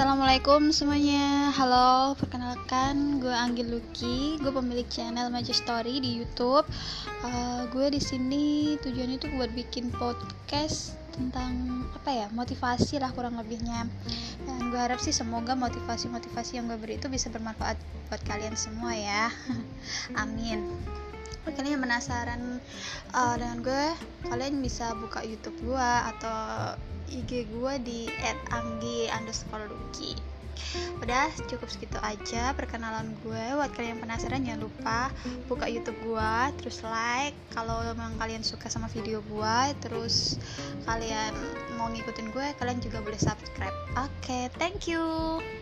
Assalamualaikum semuanya. Halo, perkenalkan gue Anggil Lucky. Gue pemilik channel Magic Story di YouTube. Gue di sini tujuannya itu buat bikin podcast tentang motivasi lah kurang lebihnya. Dan gue harap sih semoga motivasi yang gue beri itu bisa bermanfaat buat kalian semua ya. Amin. Kalian yang penasaran dengan gue, kalian bisa buka YouTube gue atau IG gue di @anggi_lucky. Udah cukup segitu aja perkenalan gue. Buat kalian yang penasaran jangan lupa buka YouTube gue, terus like kalau memang kalian suka sama video gue, terus kalian mau ngikutin gue, kalian juga boleh subscribe. Oke, thank you.